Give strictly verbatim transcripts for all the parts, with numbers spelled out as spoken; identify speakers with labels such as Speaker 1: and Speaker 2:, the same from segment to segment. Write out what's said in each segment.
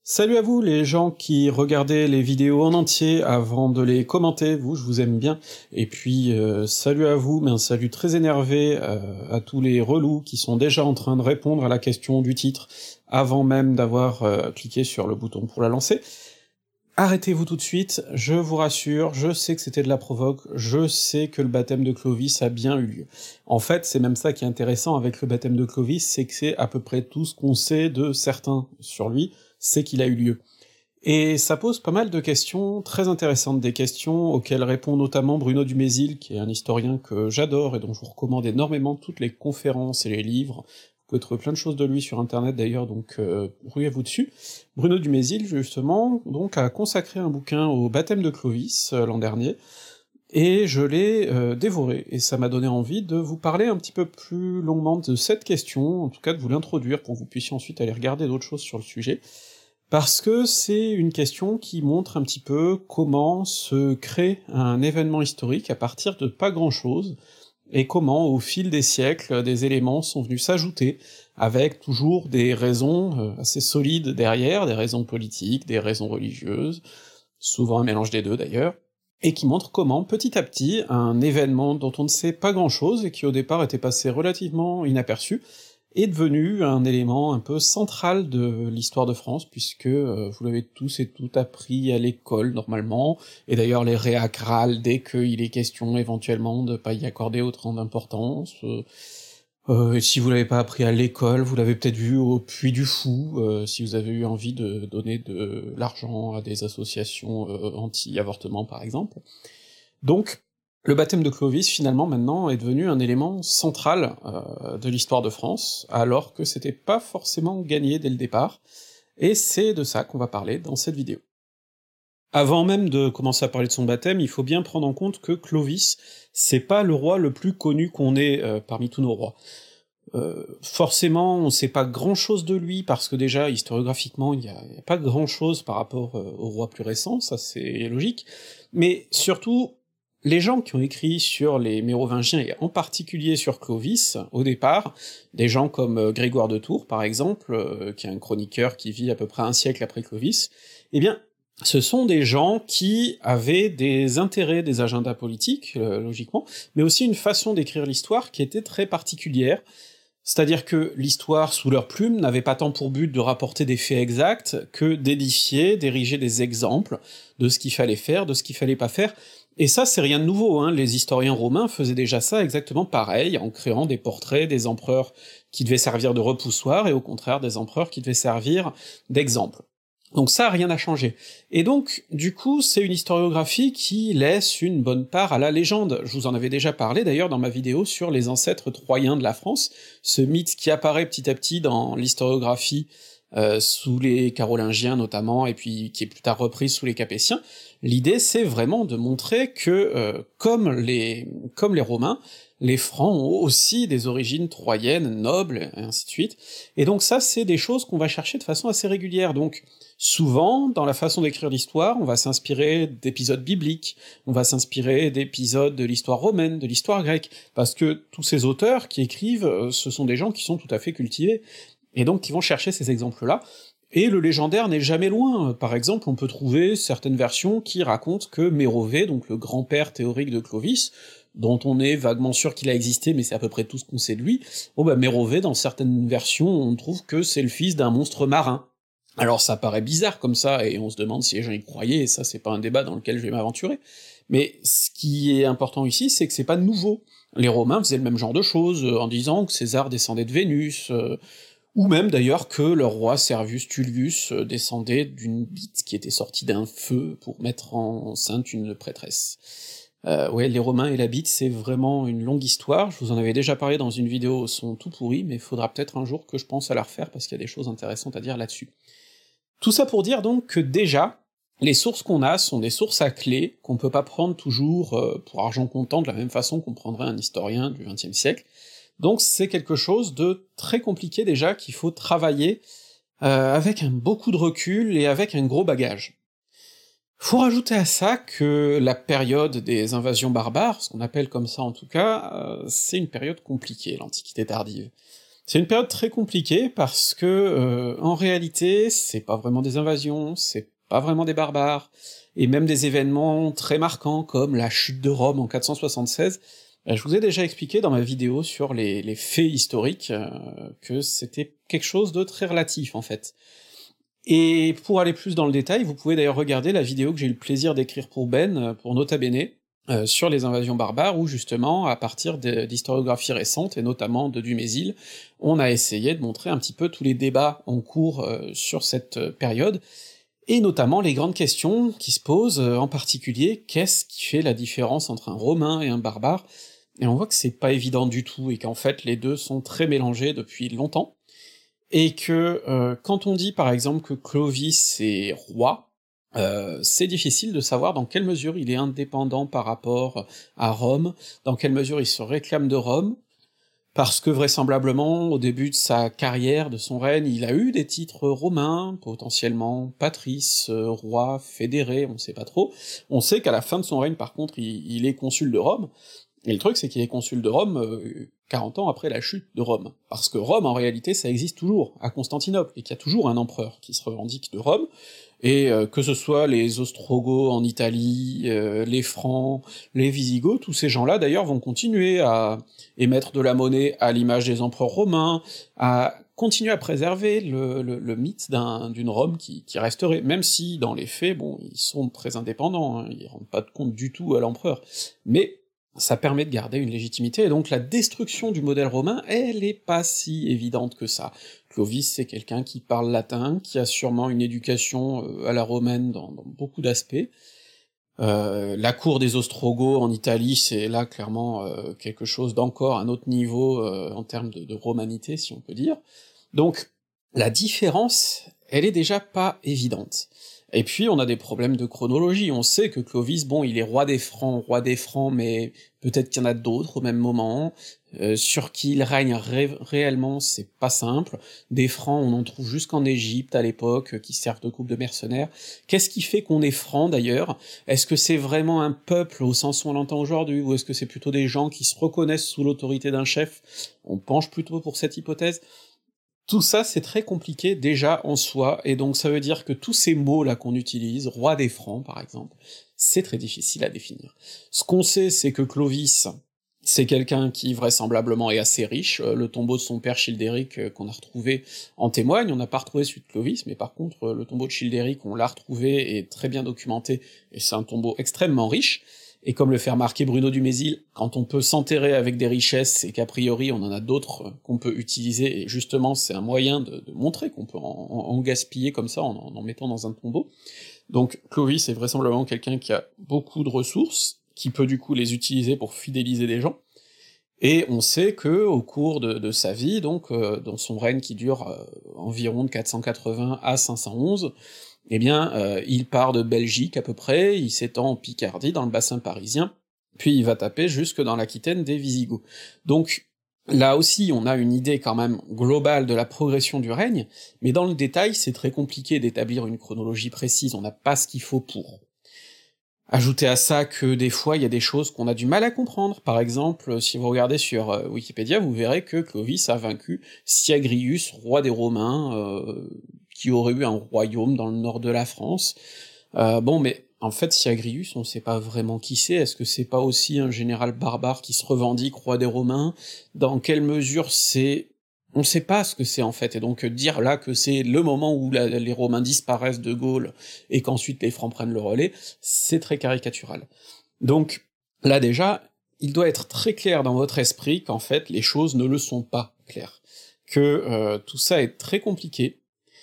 Speaker 1: Salut à vous les gens qui regardez les vidéos en entier avant de les commenter, vous je vous aime bien, et puis euh, salut à vous, mais un salut très énervé euh, à tous les relous qui sont déjà en train de répondre à la question du titre avant même d'avoir euh, cliqué sur le bouton pour la lancer. Arrêtez-vous tout de suite, je vous rassure, je sais que c'était de la provoque, je sais que le baptême de Clovis a bien eu lieu. En fait, c'est même ça qui est intéressant avec le baptême de Clovis, c'est que c'est à peu près tout ce qu'on sait de certains sur lui, c'est qu'il a eu lieu. Et ça pose pas mal de questions très intéressantes, des questions auxquelles répond notamment Bruno Dumézil, qui est un historien que j'adore et dont je vous recommande énormément toutes les conférences et les livres. Vous pouvez trouver plein de choses de lui sur internet d'ailleurs, donc euh, ruez-vous dessus. Bruno Dumézil, justement, donc a consacré un bouquin au baptême de Clovis euh, l'an dernier, et je l'ai euh, dévoré, et ça m'a donné envie de vous parler un petit peu plus longuement de cette question, en tout cas de vous l'introduire pour que vous puissiez ensuite aller regarder d'autres choses sur le sujet, parce que c'est une question qui montre un petit peu comment se crée un événement historique à partir de pas grand-chose, et comment, au fil des siècles, des éléments sont venus s'ajouter, avec toujours des raisons euh, assez solides derrière, des raisons politiques, des raisons religieuses, souvent un mélange des deux d'ailleurs, et qui montrent comment, petit à petit, un événement dont on ne sait pas grand-chose, et qui au départ était passé relativement inaperçu, est devenu un élément un peu central de l'histoire de France, puisque euh, vous l'avez tous et toutes appris à l'école, normalement, et d'ailleurs les réacs râlent dès qu'il est question éventuellement de pas y accorder autant d'importance, euh, euh, et si vous l'avez pas appris à l'école, vous l'avez peut-être vu au Puy du Fou, euh, si vous avez eu envie de donner de l'argent à des associations euh, anti-avortement par exemple. Donc, le baptême de Clovis, finalement, maintenant, est devenu un élément central euh, de l'histoire de France, alors que c'était pas forcément gagné dès le départ, et c'est de ça qu'on va parler dans cette vidéo. Avant même de commencer à parler de son baptême, il faut bien prendre en compte que Clovis, c'est pas le roi le plus connu qu'on ait euh, parmi tous nos rois. Euh, forcément, on sait pas grand-chose de lui, parce que déjà, historiographiquement, il y a, y a pas grand-chose par rapport euh, aux rois plus récents, ça c'est logique, mais surtout, les gens qui ont écrit sur les Mérovingiens, et en particulier sur Clovis, au départ, des gens comme euh, Grégoire de Tours, par exemple, euh, qui est un chroniqueur qui vit à peu près un siècle après Clovis, eh bien, ce sont des gens qui avaient des intérêts, des agendas politiques, euh, logiquement, mais aussi une façon d'écrire l'histoire qui était très particulière, c'est-à-dire que l'histoire, sous leur plume, n'avait pas tant pour but de rapporter des faits exacts que d'édifier, d'ériger des exemples de ce qu'il fallait faire, de ce qu'il fallait pas faire, et ça c'est rien de nouveau, hein, les historiens romains faisaient déjà ça exactement pareil, en créant des portraits des empereurs qui devaient servir de repoussoir, et au contraire des empereurs qui devaient servir d'exemple. Donc ça, rien n'a changé. Et donc, du coup, c'est une historiographie qui laisse une bonne part à la légende. Je vous en avais déjà parlé d'ailleurs dans ma vidéo sur les ancêtres troyens de la France, ce mythe qui apparaît petit à petit dans l'historiographie euh, sous les Carolingiens notamment, et puis qui est plus tard reprise sous les Capétiens. L'idée, c'est vraiment de montrer que, euh, comme les comme les Romains, les Francs ont aussi des origines troyennes, nobles, et ainsi de suite, et donc ça, c'est des choses qu'on va chercher de façon assez régulière, donc souvent, dans la façon d'écrire l'histoire, on va s'inspirer d'épisodes bibliques, on va s'inspirer d'épisodes de l'histoire romaine, de l'histoire grecque, parce que tous ces auteurs qui écrivent, euh, ce sont des gens qui sont tout à fait cultivés, et donc qui vont chercher ces exemples-là, et le légendaire n'est jamais loin. Par exemple, on peut trouver certaines versions qui racontent que Mérové, donc le grand-père théorique de Clovis, dont on est vaguement sûr qu'il a existé, mais c'est à peu près tout ce qu'on sait de lui, bon bah Mérové, dans certaines versions, on trouve que c'est le fils d'un monstre marin. Alors ça paraît bizarre comme ça, et on se demande si les gens y croyaient, et ça c'est pas un débat dans lequel je vais m'aventurer, mais ce qui est important ici, c'est que c'est pas nouveau. Les Romains faisaient le même genre de choses, euh, en disant que César descendait de Vénus, euh, ou même d'ailleurs que leur roi Servius Tullius euh, descendait d'une bite qui était sortie d'un feu pour mettre enceinte une prêtresse. Euh, ouais, les Romains et la bite, c'est vraiment une longue histoire, je vous en avais déjà parlé dans une vidéo au son tout pourri, mais faudra peut-être un jour que je pense à la refaire, parce qu'il y a des choses intéressantes à dire là-dessus. Tout ça pour dire donc que déjà, les sources qu'on a sont des sources à clé, qu'on peut pas prendre toujours euh, pour argent comptant de la même façon qu'on prendrait un historien du vingtième siècle, donc c'est quelque chose de très compliqué déjà, qu'il faut travailler euh, avec un beaucoup de recul et avec un gros bagage. Faut rajouter à ça que la période des invasions barbares, ce qu'on appelle comme ça en tout cas, euh, c'est une période compliquée, l'Antiquité tardive. C'est une période très compliquée parce que, euh, en réalité, c'est pas vraiment des invasions, c'est pas vraiment des barbares, et même des événements très marquants comme la chute de Rome en quatre cent soixante-seize, bah, je vous ai déjà expliqué dans ma vidéo sur les, les faits historiques euh, que c'était quelque chose de très relatif en fait. Et pour aller plus dans le détail, vous pouvez d'ailleurs regarder la vidéo que j'ai eu le plaisir d'écrire pour Ben, euh, pour Nota Bene, euh, sur les invasions barbares, où justement, à partir de- d'historiographie récente, et notamment de Dumézil, on a essayé de montrer un petit peu tous les débats en cours euh, sur cette euh, période, et notamment les grandes questions qui se posent, euh, en particulier, qu'est-ce qui fait la différence entre un Romain et un barbare? Et on voit que c'est pas évident du tout, et qu'en fait les deux sont très mélangés depuis longtemps, et que euh, quand on dit par exemple que Clovis est roi, euh, c'est difficile de savoir dans quelle mesure il est indépendant par rapport à Rome, dans quelle mesure il se réclame de Rome, parce que vraisemblablement, au début de sa carrière, de son règne, il a eu des titres romains, potentiellement patrice, euh, roi, fédéré, on sait pas trop. On sait qu'à la fin de son règne, par contre, il, il est consul de Rome, et le truc, c'est qu'il est consul de Rome euh, quarante ans après la chute de Rome. Parce que Rome, en réalité, ça existe toujours, à Constantinople, et qu'il y a toujours un empereur qui se revendique de Rome, et euh, que ce soit les Ostrogoths en Italie, euh, les Francs, les Visigoths, tous ces gens-là, d'ailleurs, vont continuer à émettre de la monnaie à l'image des empereurs romains, à continuer à préserver le, le, le mythe d'un- d'une Rome qui, qui resterait, même si, dans les faits, bon, ils sont très indépendants, hein, ils rendent pas de compte du tout à l'empereur, mais ça permet de garder une légitimité, et donc la destruction du modèle romain, elle est pas si évidente que ça. Clovis, c'est quelqu'un qui parle latin, qui a sûrement une éducation euh, à la romaine dans, dans beaucoup d'aspects. Euh, la cour des Ostrogoths en Italie, c'est là clairement euh, quelque chose d'encore un autre niveau euh, en termes de, de romanité, si on peut dire. Donc, la différence, elle est déjà pas évidente. Et puis, on a des problèmes de chronologie, on sait que Clovis, bon, il est roi des Francs, roi des Francs, mais peut-être qu'il y en a d'autres au même moment, euh, sur qui il règne ré- réellement, c'est pas simple. Des Francs, on en trouve jusqu'en Égypte à l'époque, euh, qui servent de groupe de mercenaires. Qu'est-ce qui fait qu'on est franc d'ailleurs? Est-ce que c'est vraiment un peuple au sens où on l'entend aujourd'hui, ou est-ce que c'est plutôt des gens qui se reconnaissent sous l'autorité d'un chef? On penche plutôt pour cette hypothèse. Tout ça, c'est très compliqué déjà en soi, et donc ça veut dire que tous ces mots-là qu'on utilise, roi des Francs par exemple, c'est très difficile à définir. Ce qu'on sait, c'est que Clovis, c'est quelqu'un qui vraisemblablement est assez riche, euh, le tombeau de son père Childéric euh, qu'on a retrouvé en témoigne, on n'a pas retrouvé celui de Clovis, mais par contre euh, le tombeau de Childéric, on l'a retrouvé, et très bien documenté, et c'est un tombeau extrêmement riche, et comme le fait remarquer Bruno Dumézil, quand on peut s'enterrer avec des richesses, c'est qu'a priori on en a d'autres euh, qu'on peut utiliser, et justement c'est un moyen de, de montrer qu'on peut en, en- en gaspiller comme ça en, en en mettant dans un tombeau. Donc Clovis est vraisemblablement quelqu'un qui a beaucoup de ressources, qui peut du coup les utiliser pour fidéliser des gens, et on sait que au cours de, de sa vie, donc euh, dans son règne qui dure euh, environ de quatre cent quatre-vingts à cinq cent onze, eh bien, euh, il part de Belgique à peu près, il s'étend en Picardie, dans le bassin parisien, puis il va taper jusque dans l'Aquitaine des Visigoths. Donc, là aussi, on a une idée quand même globale de la progression du règne, mais dans le détail, c'est très compliqué d'établir une chronologie précise, on n'a pas ce qu'il faut pour. Ajoutez à ça que des fois, il y a des choses qu'on a du mal à comprendre. Par exemple, si vous regardez sur euh, Wikipédia, vous verrez que Clovis a vaincu Syagrius, roi des Romains, euh, qui aurait eu un royaume dans le nord de la France. Euh, bon, mais en fait, Syagrius, on sait pas vraiment qui c'est. Est-ce que c'est pas aussi un général barbare qui se revendique roi des Romains? Dans quelle mesure c'est... On sait pas ce que c'est en fait, et donc euh, dire là que c'est le moment où la- les Romains disparaissent de Gaule, et qu'ensuite les Francs prennent le relais, c'est très caricatural. Donc, là déjà, il doit être très clair dans votre esprit qu'en fait, les choses ne le sont pas claires. Que euh, tout ça est très compliqué,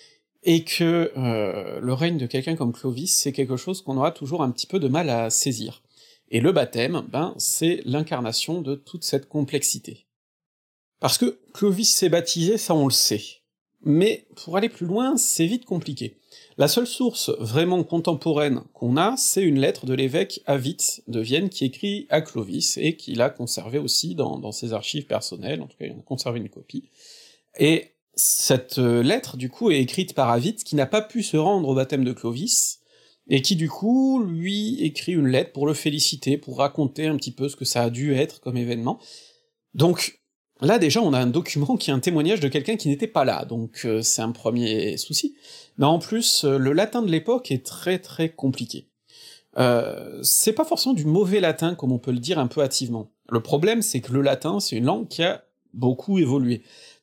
Speaker 1: et que euh, le règne de quelqu'un comme Clovis, c'est quelque chose qu'on aura toujours un petit peu de mal à saisir. Et le baptême, ben, c'est l'incarnation de toute cette complexité. Parce que Clovis s'est baptisé, ça on le sait. Mais pour aller plus loin, c'est vite compliqué. La seule source vraiment contemporaine qu'on a, c'est une lettre de l'évêque Avit de Vienne qui écrit à Clovis, et qu'il a conservé aussi dans, dans ses archives personnelles, en tout cas il en a conservé une copie. Et cette euh, lettre, du coup, est écrite par Avit, qui n'a pas pu se rendre au baptême de Clovis, et qui, du coup, lui écrit une lettre pour le féliciter, pour raconter un petit peu ce que ça a dû être comme événement. Donc, Là déjà on a un document qui est un témoignage de quelqu'un qui n'était pas là, donc euh, c'est un premier souci, mais en plus, euh, le latin de l'époque est très très compliqué. Euh, c'est pas forcément du mauvais latin comme on peut le dire un peu hâtivement. Le problème c'est que le latin c'est une langue qui a beaucoup évolué.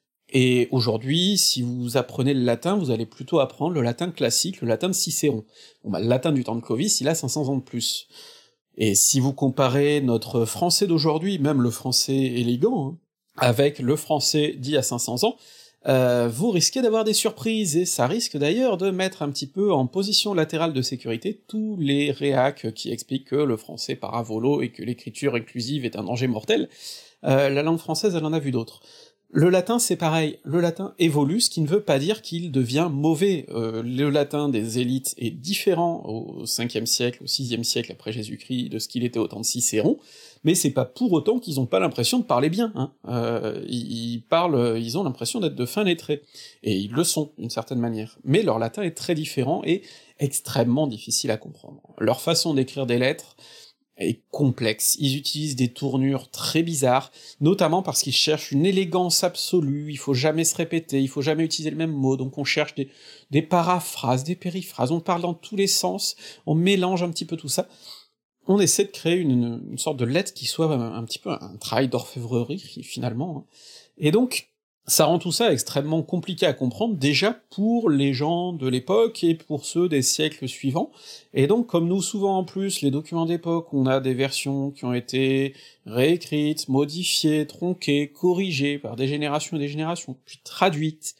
Speaker 1: Et aujourd'hui, si vous apprenez le latin, vous allez plutôt apprendre le latin classique, le latin de Cicéron. Bon bah le latin du temps de Clovis, il a cinq cents ans de plus. Et si vous comparez notre français d'aujourd'hui, même le français élégant, hein, avec le français d'il y a cinq cents ans, euh, vous risquez d'avoir des surprises, et ça risque d'ailleurs de mettre un petit peu en position latérale de sécurité tous les réacs qui expliquent que le français part à volo et que l'écriture inclusive est un danger mortel. Euh, la langue française, elle en a vu d'autres. Le latin, c'est pareil, le latin évolue, ce qui ne veut pas dire qu'il devient mauvais. Euh, le latin des élites est différent au cinquième siècle, au sixième siècle après Jésus-Christ, de ce qu'il était au temps de Cicéron, mais c'est pas pour autant qu'ils ont pas l'impression de parler bien, hein. Euh, ils, ils parlent, ils ont l'impression d'être de fin lettrés, et ils le sont, d'une certaine manière. Mais leur latin est très différent et extrêmement difficile à comprendre. Leur façon d'écrire des lettres est complexe, ils utilisent des tournures très bizarres, notamment parce qu'ils cherchent une élégance absolue, il faut jamais se répéter, il faut jamais utiliser le même mot, donc on cherche des, des paraphrases, des périphrases, on parle dans tous les sens, on mélange un petit peu tout ça, on essaie de créer une, une, une sorte de lettre qui soit un, un petit peu un travail d'orfèvrerie, finalement, hein. Et donc, ça rend tout ça extrêmement compliqué à comprendre, déjà pour les gens de l'époque et pour ceux des siècles suivants, et donc comme nous souvent en plus, les documents d'époque, on a des versions qui ont été réécrites, modifiées, tronquées, corrigées par des générations et des générations, puis traduites,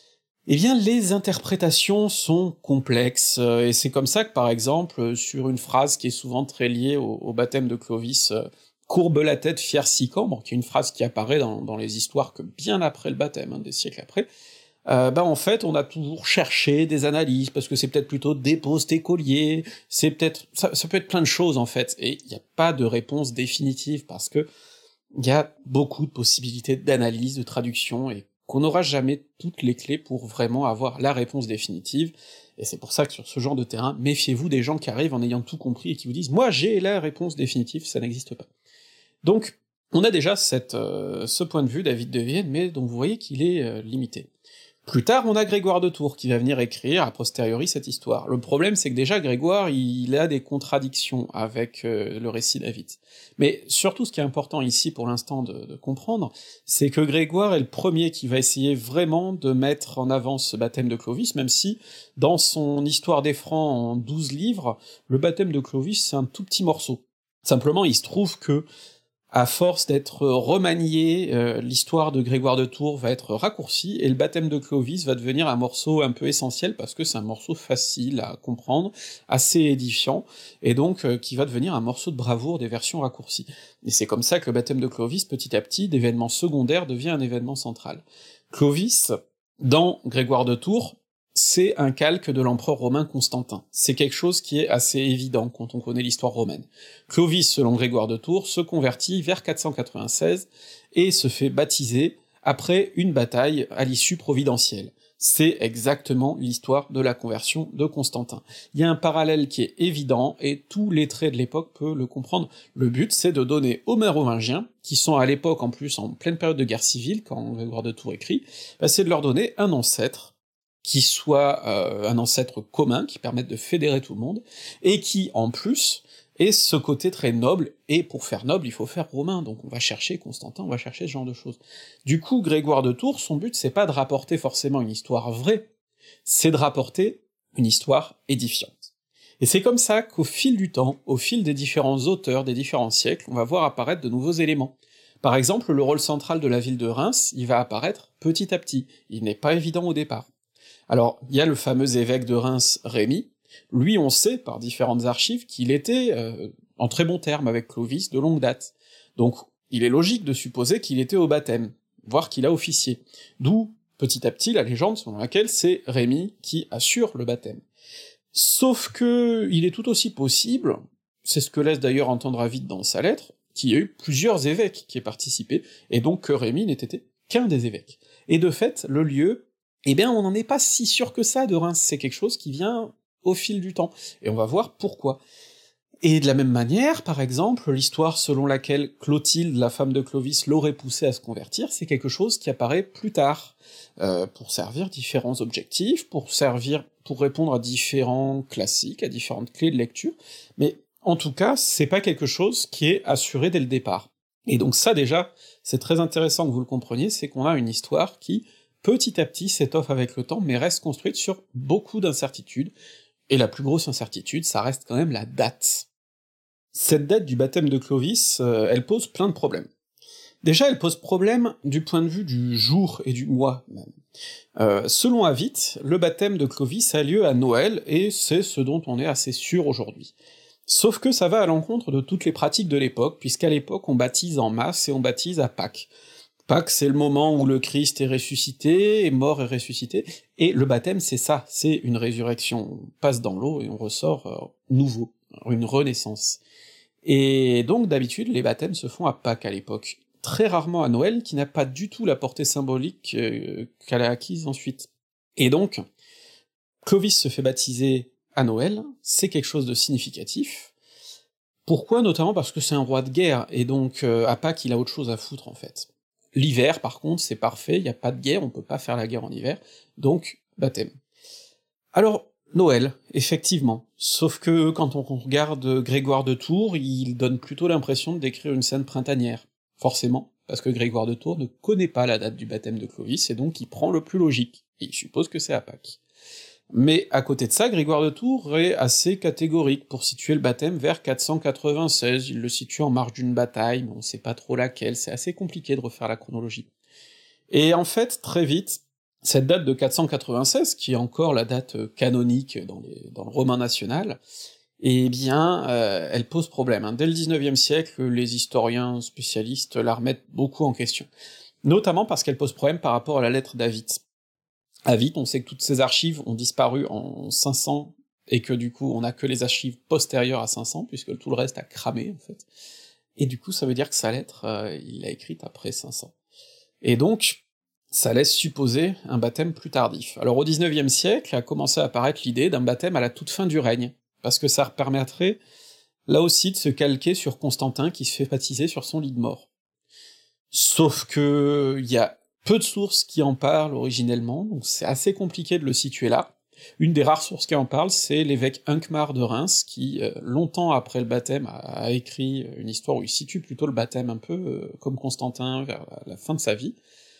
Speaker 1: eh bien les interprétations sont complexes, euh, et c'est comme ça que par exemple, sur une phrase qui est souvent très liée au, au baptême de Clovis, euh, courbe la tête, fier Sicambre, qui est une phrase qui apparaît dans, dans les histoires que bien après le baptême, hein, des siècles après, euh, bah en fait on a toujours cherché des analyses, parce que c'est peut-être plutôt dépose tes colliers, c'est peut-être... Ça, ça peut être plein de choses en fait, et il n'y a pas de réponse définitive, parce que il y a beaucoup de possibilités d'analyse, de traduction, et qu'on n'aura jamais toutes les clés pour vraiment avoir la réponse définitive, et c'est pour ça que sur ce genre de terrain, méfiez-vous des gens qui arrivent en ayant tout compris et qui vous disent « moi j'ai la réponse définitive », ça n'existe pas. Donc, on a déjà cette, euh, ce point de vue, David de Vienne, mais dont vous voyez qu'il est euh, limité. Plus tard, on a Grégoire de Tours, qui va venir écrire a posteriori cette histoire. Le problème, c'est que déjà, Grégoire, il a des contradictions avec euh, le récit David. Mais surtout, ce qui est important ici, pour l'instant, de, de comprendre, c'est que Grégoire est le premier qui va essayer vraiment de mettre en avant ce baptême de Clovis, même si, dans son Histoire des Francs en douze livres, le baptême de Clovis, c'est un tout petit morceau. Simplement, il se trouve que, à force d'être remanié, euh, l'histoire de Grégoire de Tours va être raccourcie, et le baptême de Clovis va devenir un morceau un peu essentiel, parce que c'est un morceau facile à comprendre, assez édifiant, et donc euh, qui va devenir un morceau de bravoure des versions raccourcies. Et c'est comme ça que le baptême de Clovis, petit à petit, d'événement secondaire devient un événement central. Clovis, dans Grégoire de Tours, c'est un calque de l'empereur romain Constantin. C'est quelque chose qui est assez évident quand on connaît l'histoire romaine. Clovis, selon Grégoire de Tours, se convertit vers quatre cent quatre-vingt-seize et se fait baptiser après une bataille à l'issue providentielle. C'est exactement l'histoire de la conversion de Constantin. Il y a un parallèle qui est évident, et tous les traits de l'époque peuvent le comprendre. Le but, c'est de donner aux Mérovingiens, qui sont à l'époque en plus en pleine période de guerre civile, quand Grégoire de Tours écrit, bah c'est de leur donner un ancêtre, qui soit euh, un ancêtre commun, qui permette de fédérer tout le monde, et qui, en plus, ait ce côté très noble, et pour faire noble, il faut faire romain, donc on va chercher Constantin, on va chercher ce genre de choses. Du coup, Grégoire de Tours, son but, c'est pas de rapporter forcément une histoire vraie, c'est de rapporter une histoire édifiante. Et c'est comme ça qu'au fil du temps, au fil des différents auteurs des différents siècles, on va voir apparaître de nouveaux éléments. Par exemple, le rôle central de la ville de Reims, il va apparaître petit à petit, il n'est pas évident au départ. Alors, il y a le fameux évêque de Reims, Rémy, lui on sait, par différentes archives, qu'il était euh, en très bons termes avec Clovis de longue date, donc il est logique de supposer qu'il était au baptême, voire qu'il a officié, d'où, petit à petit, la légende selon laquelle c'est Rémy qui assure le baptême. Sauf que il est tout aussi possible, c'est ce que laisse d'ailleurs entendre Avide dans sa lettre, qu'il y a eu plusieurs évêques qui aient participé, et donc que Rémy n'était qu'un des évêques. Et de fait, le lieu, eh bien on n'en est pas si sûr que ça de Reims, c'est quelque chose qui vient au fil du temps, et on va voir pourquoi. Et de la même manière, par exemple, l'histoire selon laquelle Clotilde, la femme de Clovis, l'aurait poussé à se convertir, c'est quelque chose qui apparaît plus tard, euh, pour servir différents objectifs, pour servir, pour répondre à différents classiques, à différentes clés de lecture, mais en tout cas, c'est pas quelque chose qui est assuré dès le départ. Et donc ça déjà, c'est très intéressant que vous le compreniez, c'est qu'on a une histoire qui, petit à petit, s'étoffe avec le temps, mais reste construite sur beaucoup d'incertitudes, et la plus grosse incertitude, ça reste quand même la date. Cette date du baptême de Clovis, euh, elle pose plein de problèmes. Déjà, elle pose problème du point de vue du jour et du mois, même. Euh, selon Avit, le baptême de Clovis a lieu à Noël, et c'est ce dont on est assez sûr aujourd'hui. Sauf que ça va à l'encontre de toutes les pratiques de l'époque, puisqu'à l'époque on baptise en masse et on baptise à Pâques. Pâques, c'est le moment où le Christ est ressuscité, est mort et ressuscité, et le baptême c'est ça, c'est une résurrection, on passe dans l'eau et on ressort euh, nouveau, une renaissance. Et donc d'habitude les baptêmes se font à Pâques à l'époque, très rarement à Noël, qui n'a pas du tout la portée symbolique euh, qu'elle a acquise ensuite. Et donc, Clovis se fait baptiser à Noël, c'est quelque chose de significatif. Pourquoi? Notamment parce que c'est un roi de guerre, et donc euh, à Pâques il a autre chose à foutre en fait. L'hiver par contre c'est parfait, il y a pas de guerre, on peut pas faire la guerre en hiver, donc baptême. Alors, Noël, effectivement, sauf que quand on regarde Grégoire de Tours, il donne plutôt l'impression de décrire une scène printanière, forcément, parce que Grégoire de Tours ne connaît pas la date du baptême de Clovis, et donc il prend le plus logique, et il suppose que c'est à Pâques. Mais à côté de ça, Grégoire de Tours est assez catégorique pour situer le baptême vers quatre cent quatre-vingt-seize, il le situe en marge d'une bataille, mais on sait pas trop laquelle, c'est assez compliqué de refaire la chronologie. Et en fait, très vite, cette date de quatre cent quatre-vingt-seize, qui est encore la date canonique dans, les, dans le romain national, eh bien, euh, elle pose problème. Hein. Dès le dix-neuvième siècle, les historiens spécialistes la remettent beaucoup en question, notamment parce qu'elle pose problème par rapport à la lettre d'Avit. Avit, on sait que toutes ces archives ont disparu en cinq cents, et que du coup on a que les archives postérieures à cinq cents, puisque tout le reste a cramé, en fait. Et du coup ça veut dire que sa lettre, euh, il l'a écrite après cinq cents. Et donc, ça laisse supposer un baptême plus tardif. Alors au dix-neuvième siècle a commencé à apparaître l'idée d'un baptême à la toute fin du règne, parce que ça permettrait, là aussi, de se calquer sur Constantin qui se fait baptiser sur son lit de mort. Sauf que il y a peu de sources qui en parlent originellement, donc c'est assez compliqué de le situer là. Une des rares sources qui en parle, c'est l'évêque Hincmar de Reims, qui, euh, longtemps après le baptême, a, a écrit une histoire où il situe plutôt le baptême un peu euh, comme Constantin, vers la, la fin de sa vie.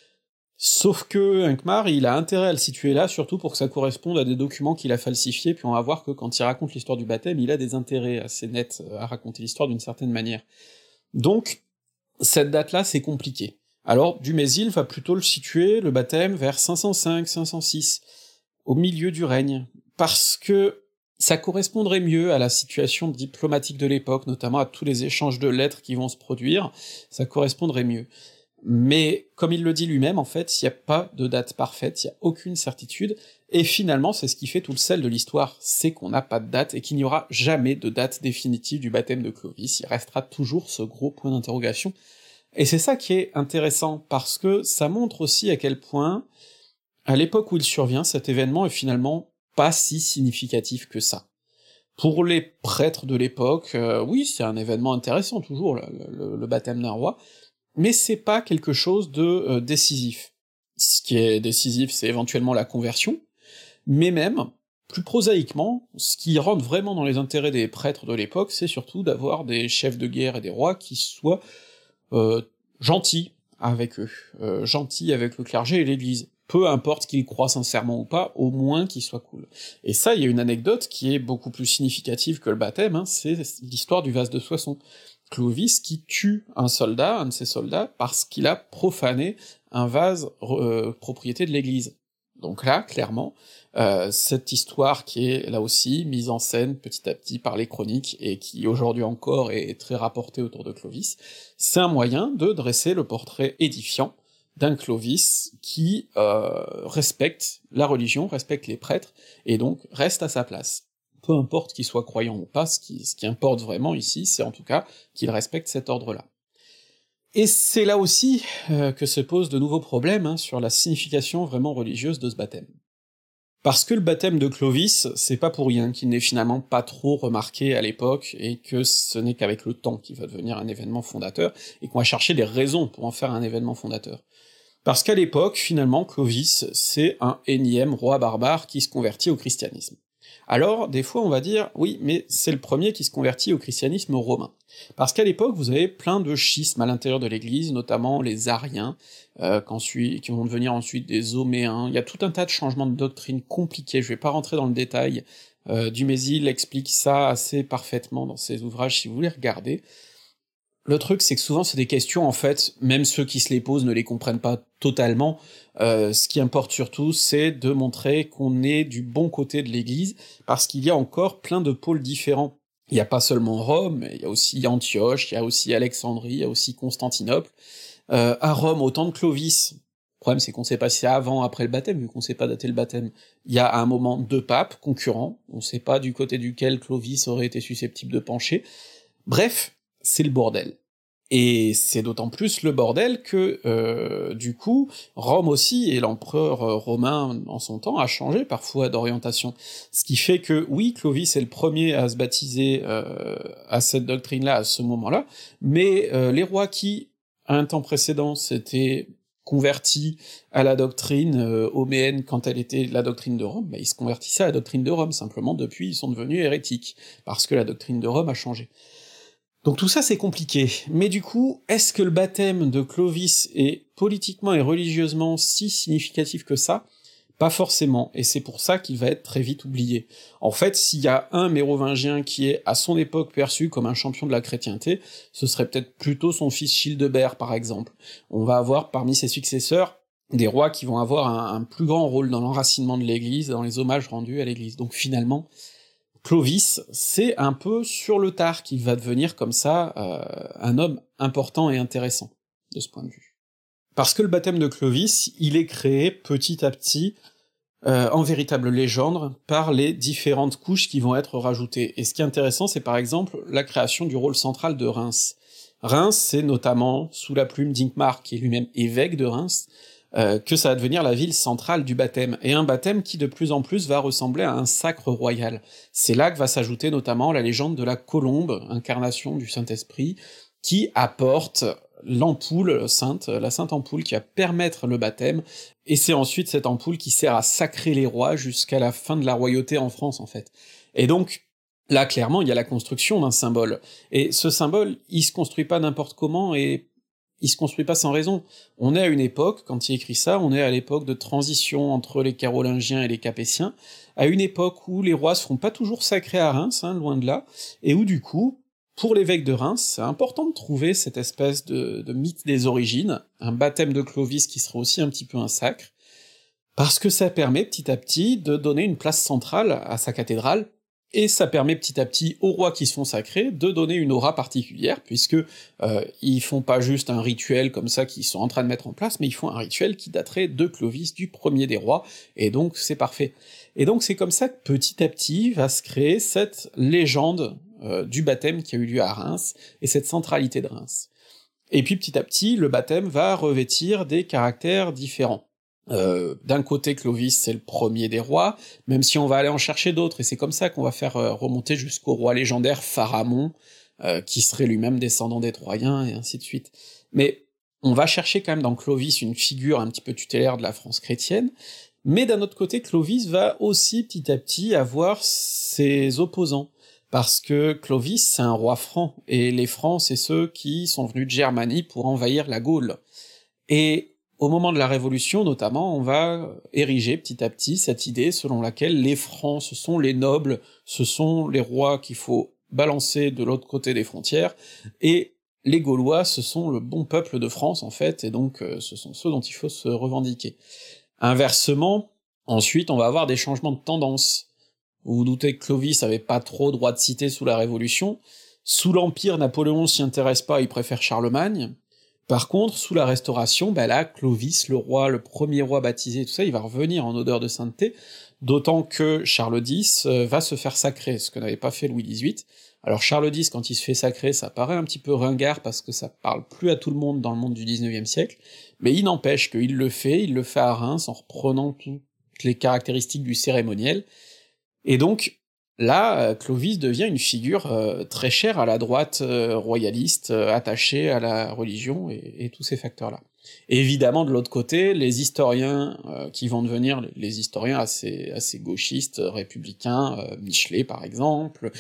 Speaker 1: Sauf que Hincmar, il a intérêt à le situer là, surtout pour que ça corresponde à des documents qu'il a falsifiés, puis on va voir que quand il raconte l'histoire du baptême, il a des intérêts assez nets à raconter l'histoire d'une certaine manière. Donc, cette date-là, c'est compliqué. Alors, Dumézil va plutôt le situer, le baptême, vers cinq cent cinq, cinq cent six, au milieu du règne, parce que ça correspondrait mieux à la situation diplomatique de l'époque, notamment à tous les échanges de lettres qui vont se produire, ça correspondrait mieux. Mais, comme il le dit lui-même, en fait, il n'y a pas de date parfaite, il n'y a aucune certitude, et finalement, c'est ce qui fait tout le sel de l'histoire, c'est qu'on n'a pas de date, et qu'il n'y aura jamais de date définitive du baptême de Clovis, il restera toujours ce gros point d'interrogation. Et c'est ça qui est intéressant, parce que ça montre aussi à quel point, à l'époque où il survient, cet événement est finalement pas si significatif que ça. Pour les prêtres de l'époque, euh, oui, c'est un événement intéressant toujours, le, le, le baptême d'un roi, mais c'est pas quelque chose de euh, décisif. Ce qui est décisif, c'est éventuellement la conversion, mais même, plus prosaïquement, ce qui rentre vraiment dans les intérêts des prêtres de l'époque, c'est surtout d'avoir des chefs de guerre et des rois qui soient Euh, gentils avec eux, euh, gentils avec le clergé et l'église, peu importe qu'ils croient sincèrement ou pas, au moins qu'ils soient cool. Et ça, il y a une anecdote qui est beaucoup plus significative que le baptême, hein, c'est l'histoire du vase de Soissons. Clovis qui tue un soldat, un de ses soldats, parce qu'il a profané un vase euh, propriété de l'église. Donc là, clairement, euh, cette histoire qui est là aussi mise en scène petit à petit par les chroniques, et qui aujourd'hui encore est très rapportée autour de Clovis, c'est un moyen de dresser le portrait édifiant d'un Clovis qui euh, respecte la religion, respecte les prêtres, et donc reste à sa place. Peu importe qu'il soit croyant ou pas, ce qui, ce qui importe vraiment ici, c'est en tout cas qu'il respecte cet ordre-là. Et c'est là aussi euh, que se posent de nouveaux problèmes hein, sur la signification vraiment religieuse de ce baptême. Parce que le baptême de Clovis, c'est pas pour rien qu'il n'est finalement pas trop remarqué à l'époque, et que ce n'est qu'avec le temps qu'il va devenir un événement fondateur, et qu'on va chercher des raisons pour en faire un événement fondateur. Parce qu'à l'époque, finalement, Clovis, c'est un énième roi barbare qui se convertit au christianisme. Alors, des fois on va dire, oui, mais c'est le premier qui se convertit au christianisme romain. Parce qu'à l'époque, vous avez plein de schismes à l'intérieur de l'église, notamment les ariens, euh, qu'ensuite, qui vont devenir ensuite des homéens, il y a tout un tas de changements de doctrine compliqués, je vais pas rentrer dans le détail, euh, Dumézil explique ça assez parfaitement dans ses ouvrages si vous voulez regarder. Le truc, c'est que souvent c'est des questions, en fait, même ceux qui se les posent ne les comprennent pas totalement, euh, ce qui importe surtout, c'est de montrer qu'on est du bon côté de l'église, parce qu'il y a encore plein de pôles différents. Il y a pas seulement Rome, mais il y a aussi Antioche, il y a aussi Alexandrie, il y a aussi Constantinople. Euh, à Rome, au temps de Clovis, le problème c'est qu'on sait pas si c'est avant ou après le baptême, vu qu'on sait pas dater le baptême, il y a à un moment deux papes concurrents, on sait pas du côté duquel Clovis aurait été susceptible de pencher, bref, c'est le bordel. Et c'est d'autant plus le bordel que, euh, du coup, Rome aussi, et l'empereur euh, romain en son temps, a changé parfois d'orientation. Ce qui fait que, oui, Clovis est le premier à se baptiser euh, à cette doctrine-là, à ce moment-là, mais euh, les rois qui, à un temps précédent, s'étaient convertis à la doctrine euh, homéenne quand elle était la doctrine de Rome, bah, ils se convertissaient à la doctrine de Rome, simplement depuis ils sont devenus hérétiques, parce que la doctrine de Rome a changé. Donc tout ça c'est compliqué, mais du coup, est-ce que le baptême de Clovis est politiquement et religieusement si significatif que ça? Pas forcément, et c'est pour ça qu'il va être très vite oublié. En fait, s'il y a un mérovingien qui est à son époque perçu comme un champion de la chrétienté, ce serait peut-être plutôt son fils Childebert par exemple. On va avoir parmi ses successeurs des rois qui vont avoir un, un plus grand rôle dans l'enracinement de l'église, dans les hommages rendus à l'église, donc finalement, Clovis, c'est un peu sur le tard qu'il va devenir comme ça euh, un homme important et intéressant, de ce point de vue. Parce que le baptême de Clovis, il est créé petit à petit euh, en véritable légende par les différentes couches qui vont être rajoutées. Et ce qui est intéressant, c'est par exemple la création du rôle central de Reims. Reims, c'est notamment sous la plume d'Hincmar, qui est lui-même évêque de Reims, Euh, que ça va devenir la ville centrale du baptême, et un baptême qui de plus en plus va ressembler à un sacre royal. C'est là que va s'ajouter notamment la légende de la colombe, incarnation du Saint-Esprit, qui apporte l'ampoule sainte, la sainte ampoule qui va permettre le baptême, et c'est ensuite cette ampoule qui sert à sacrer les rois jusqu'à la fin de la royauté en France, en fait. Et donc, là, clairement, il y a la construction d'un symbole, et ce symbole, il se construit pas n'importe comment, et il se construit pas sans raison. On est à une époque, quand il écrit ça, on est à l'époque de transition entre les Carolingiens et les Capétiens, à une époque où les rois se font pas toujours sacrés à Reims, hein, loin de là, et où du coup, pour l'évêque de Reims, c'est important de trouver cette espèce de, de mythe des origines, un baptême de Clovis qui serait aussi un petit peu un sacre, parce que ça permet petit à petit de donner une place centrale à sa cathédrale, et ça permet petit à petit aux rois qui se font sacrer de donner une aura particulière, puisque euh, ils font pas juste un rituel comme ça qu'ils sont en train de mettre en place, mais ils font un rituel qui daterait de Clovis, du premier des rois, et donc c'est parfait. Et donc c'est comme ça que petit à petit va se créer cette légende euh, du baptême qui a eu lieu à Reims, et cette centralité de Reims. Et puis petit à petit, le baptême va revêtir des caractères différents. Euh, d'un côté, Clovis, c'est le premier des rois, même si on va aller en chercher d'autres, et c'est comme ça qu'on va faire euh, remonter jusqu'au roi légendaire Pharamond, euh, qui serait lui-même descendant des Troyens, et ainsi de suite. Mais on va chercher quand même dans Clovis une figure un petit peu tutélaire de la France chrétienne, mais d'un autre côté, Clovis va aussi petit à petit avoir ses opposants, parce que Clovis, c'est un roi franc, et les Francs, c'est ceux qui sont venus de Germanie pour envahir la Gaule. Et au moment de la Révolution, notamment, on va ériger petit à petit cette idée selon laquelle les Francs, ce sont les nobles, ce sont les rois qu'il faut balancer de l'autre côté des frontières, et les Gaulois, ce sont le bon peuple de France, en fait, et donc euh, ce sont ceux dont il faut se revendiquer. Inversement, ensuite, on va avoir des changements de tendance. Vous vous doutez que Clovis avait pas trop droit de cité sous la Révolution, sous l'Empire, Napoléon s'y intéresse pas, il préfère Charlemagne. Par contre, sous la Restauration, bah là, Clovis, le roi, le premier roi baptisé, tout ça, il va revenir en odeur de sainteté, d'autant que Charles X euh, va se faire sacrer, ce que n'avait pas fait Louis dix-huit. Alors Charles X, quand il se fait sacrer, ça paraît un petit peu ringard, parce que ça parle plus à tout le monde dans le monde du dix-neuvième siècle, mais il n'empêche qu'il le fait, il le fait à Reims, en reprenant tout, les caractéristiques du cérémoniel, et donc là, Clovis devient une figure euh, très chère à la droite euh, royaliste, euh, attachée à la religion et, et tous ces facteurs-là. Et évidemment, de l'autre côté, les historiens euh, qui vont devenir les, les historiens assez, assez gauchistes, euh, républicains, euh, Michelet par exemple,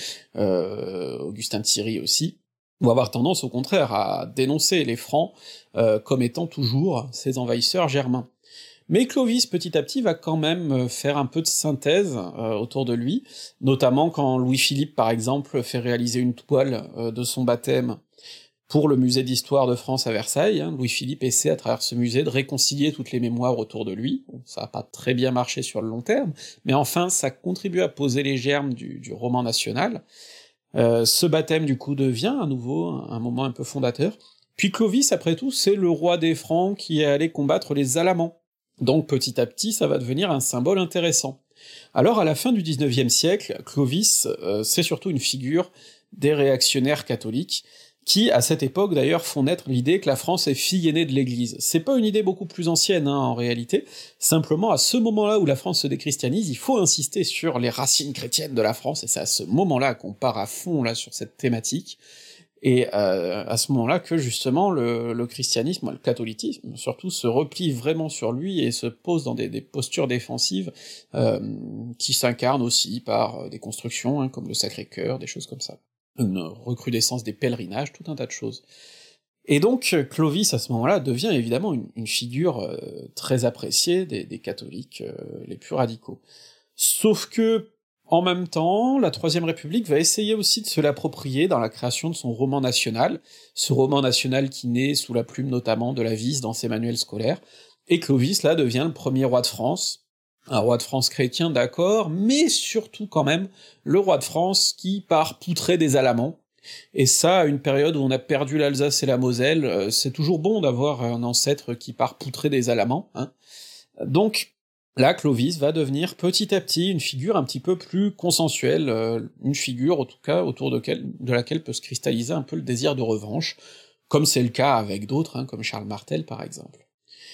Speaker 1: euh, Augustin de Thierry aussi, vont avoir tendance au contraire à dénoncer les Francs euh, comme étant toujours ces envahisseurs germains. Mais Clovis, petit à petit, va quand même faire un peu de synthèse euh, autour de lui, notamment quand Louis-Philippe, par exemple, fait réaliser une toile euh, de son baptême pour le musée d'histoire de France à Versailles. Hein. Louis-Philippe essaie, à travers ce musée, de réconcilier toutes les mémoires autour de lui. Bon, ça a pas très bien marché sur le long terme, mais enfin, ça contribue à poser les germes du, du roman national. Euh, ce baptême, du coup, devient à nouveau un, un moment un peu fondateur. Puis Clovis, après tout, c'est le roi des Francs qui est allé combattre les Alamans. Donc petit à petit, ça va devenir un symbole intéressant. Alors à la fin du dix-neuvième siècle, Clovis, euh, c'est surtout une figure des réactionnaires catholiques, qui, à cette époque d'ailleurs, font naître l'idée que la France est fille aînée de l'Église. C'est pas une idée beaucoup plus ancienne, hein, en réalité, simplement à ce moment-là où la France se déchristianise, il faut insister sur les racines chrétiennes de la France, et c'est à ce moment-là qu'on part à fond là sur cette thématique, et euh, à ce moment-là que justement le, le christianisme, le catholicisme surtout, se replie vraiment sur lui et se pose dans des, des postures défensives euh, qui s'incarnent aussi par des constructions, hein, comme le Sacré-Cœur, des choses comme ça. Une recrudescence des pèlerinages, tout un tas de choses. Et donc Clovis, à ce moment-là, devient évidemment une, une figure euh, très appréciée des, des catholiques euh, les plus radicaux. Sauf que, en même temps, la Troisième République va essayer aussi de se l'approprier dans la création de son roman national, ce roman national qui naît sous la plume notamment de la Wyss dans ses manuels scolaires, et Clovis, là, devient le premier roi de France, un roi de France chrétien, d'accord, mais surtout quand même le roi de France qui part poutrer des Alamans, et ça, à une période où on a perdu l'Alsace et la Moselle, euh, c'est toujours bon d'avoir un ancêtre qui part poutrer des Alamans, hein. Donc, là, Clovis va devenir petit à petit une figure un petit peu plus consensuelle, euh, une figure, en tout cas, autour de, quel, de laquelle peut se cristalliser un peu le désir de revanche, comme c'est le cas avec d'autres, hein, comme Charles Martel par exemple.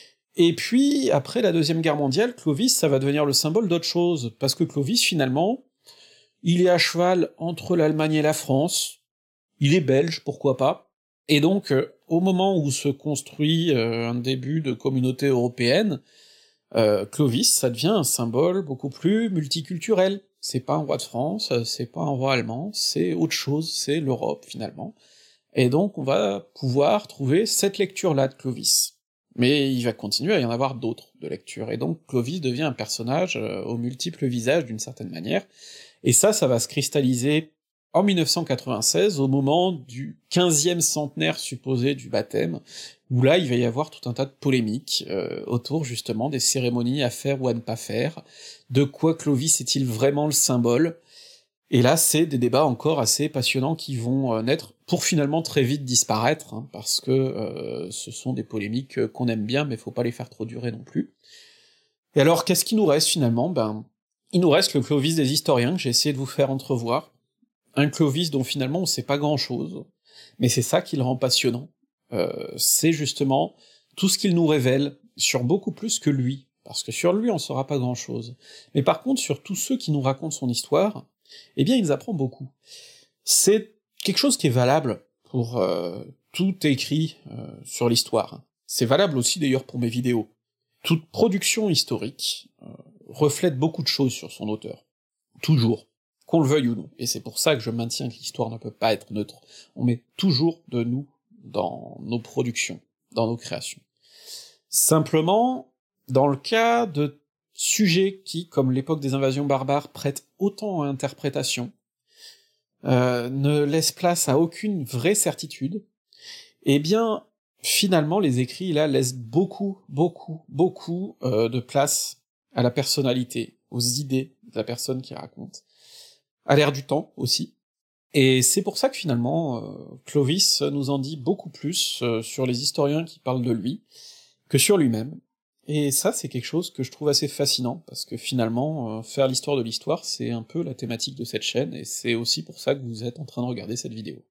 Speaker 1: Et puis, après la Deuxième Guerre mondiale, Clovis, ça va devenir le symbole d'autre chose, parce que Clovis, finalement, il est à cheval entre l'Allemagne et la France, il est belge, pourquoi pas, et donc, euh, au moment où se construit euh, un début de communauté européenne, Euh, Clovis, ça devient un symbole beaucoup plus multiculturel. C'est pas un roi de France, c'est pas un roi allemand, c'est autre chose, c'est l'Europe finalement. Et donc on va pouvoir trouver cette lecture-là de Clovis. Mais il va continuer à y en avoir d'autres de lectures, et donc Clovis devient un personnage euh, aux multiples visages d'une certaine manière, et ça, ça va se cristalliser en mille neuf cent quatre-vingt-seize, au moment du quinzième centenaire supposé du baptême, où là il va y avoir tout un tas de polémiques euh, autour justement des cérémonies à faire ou à ne pas faire, de quoi Clovis est-il vraiment le symbole, et là c'est des débats encore assez passionnants qui vont euh, naître, pour finalement très vite disparaître, hein, parce que euh, ce sont des polémiques euh, qu'on aime bien, mais faut pas les faire trop durer non plus. Et alors qu'est-ce qui nous reste finalement? Ben, il nous reste le Clovis des historiens que j'ai essayé de vous faire entrevoir, un Clovis dont finalement on sait pas grand-chose, mais c'est ça qui le rend passionnant. Euh, c'est justement tout ce qu'il nous révèle, sur beaucoup plus que lui, parce que sur lui on saura pas grand-chose, mais par contre sur tous ceux qui nous racontent son histoire, eh bien il nous apprend beaucoup. C'est quelque chose qui est valable pour euh, tout écrit euh, sur l'histoire. C'est valable aussi d'ailleurs pour mes vidéos. Toute production historique euh, reflète beaucoup de choses sur son auteur. Toujours. Qu'on le veuille ou non. Et c'est pour ça que je maintiens que l'histoire ne peut pas être neutre. On met toujours de nous dans nos productions, dans nos créations. Simplement, dans le cas de sujets qui, comme l'époque des invasions barbares, prêtent autant à interprétation, euh, ne laissent place à aucune vraie certitude, eh bien, finalement, les écrits, là, laissent beaucoup, beaucoup, beaucoup euh, de place à la personnalité, aux idées de la personne qui raconte, à l'ère du temps aussi. Et c'est pour ça que finalement, euh, Clovis nous en dit beaucoup plus euh, sur les historiens qui parlent de lui, que sur lui-même. Et ça, c'est quelque chose que je trouve assez fascinant, parce que finalement, euh, faire l'histoire de l'histoire, c'est un peu la thématique de cette chaîne, et c'est aussi pour ça que vous êtes en train de regarder cette vidéo.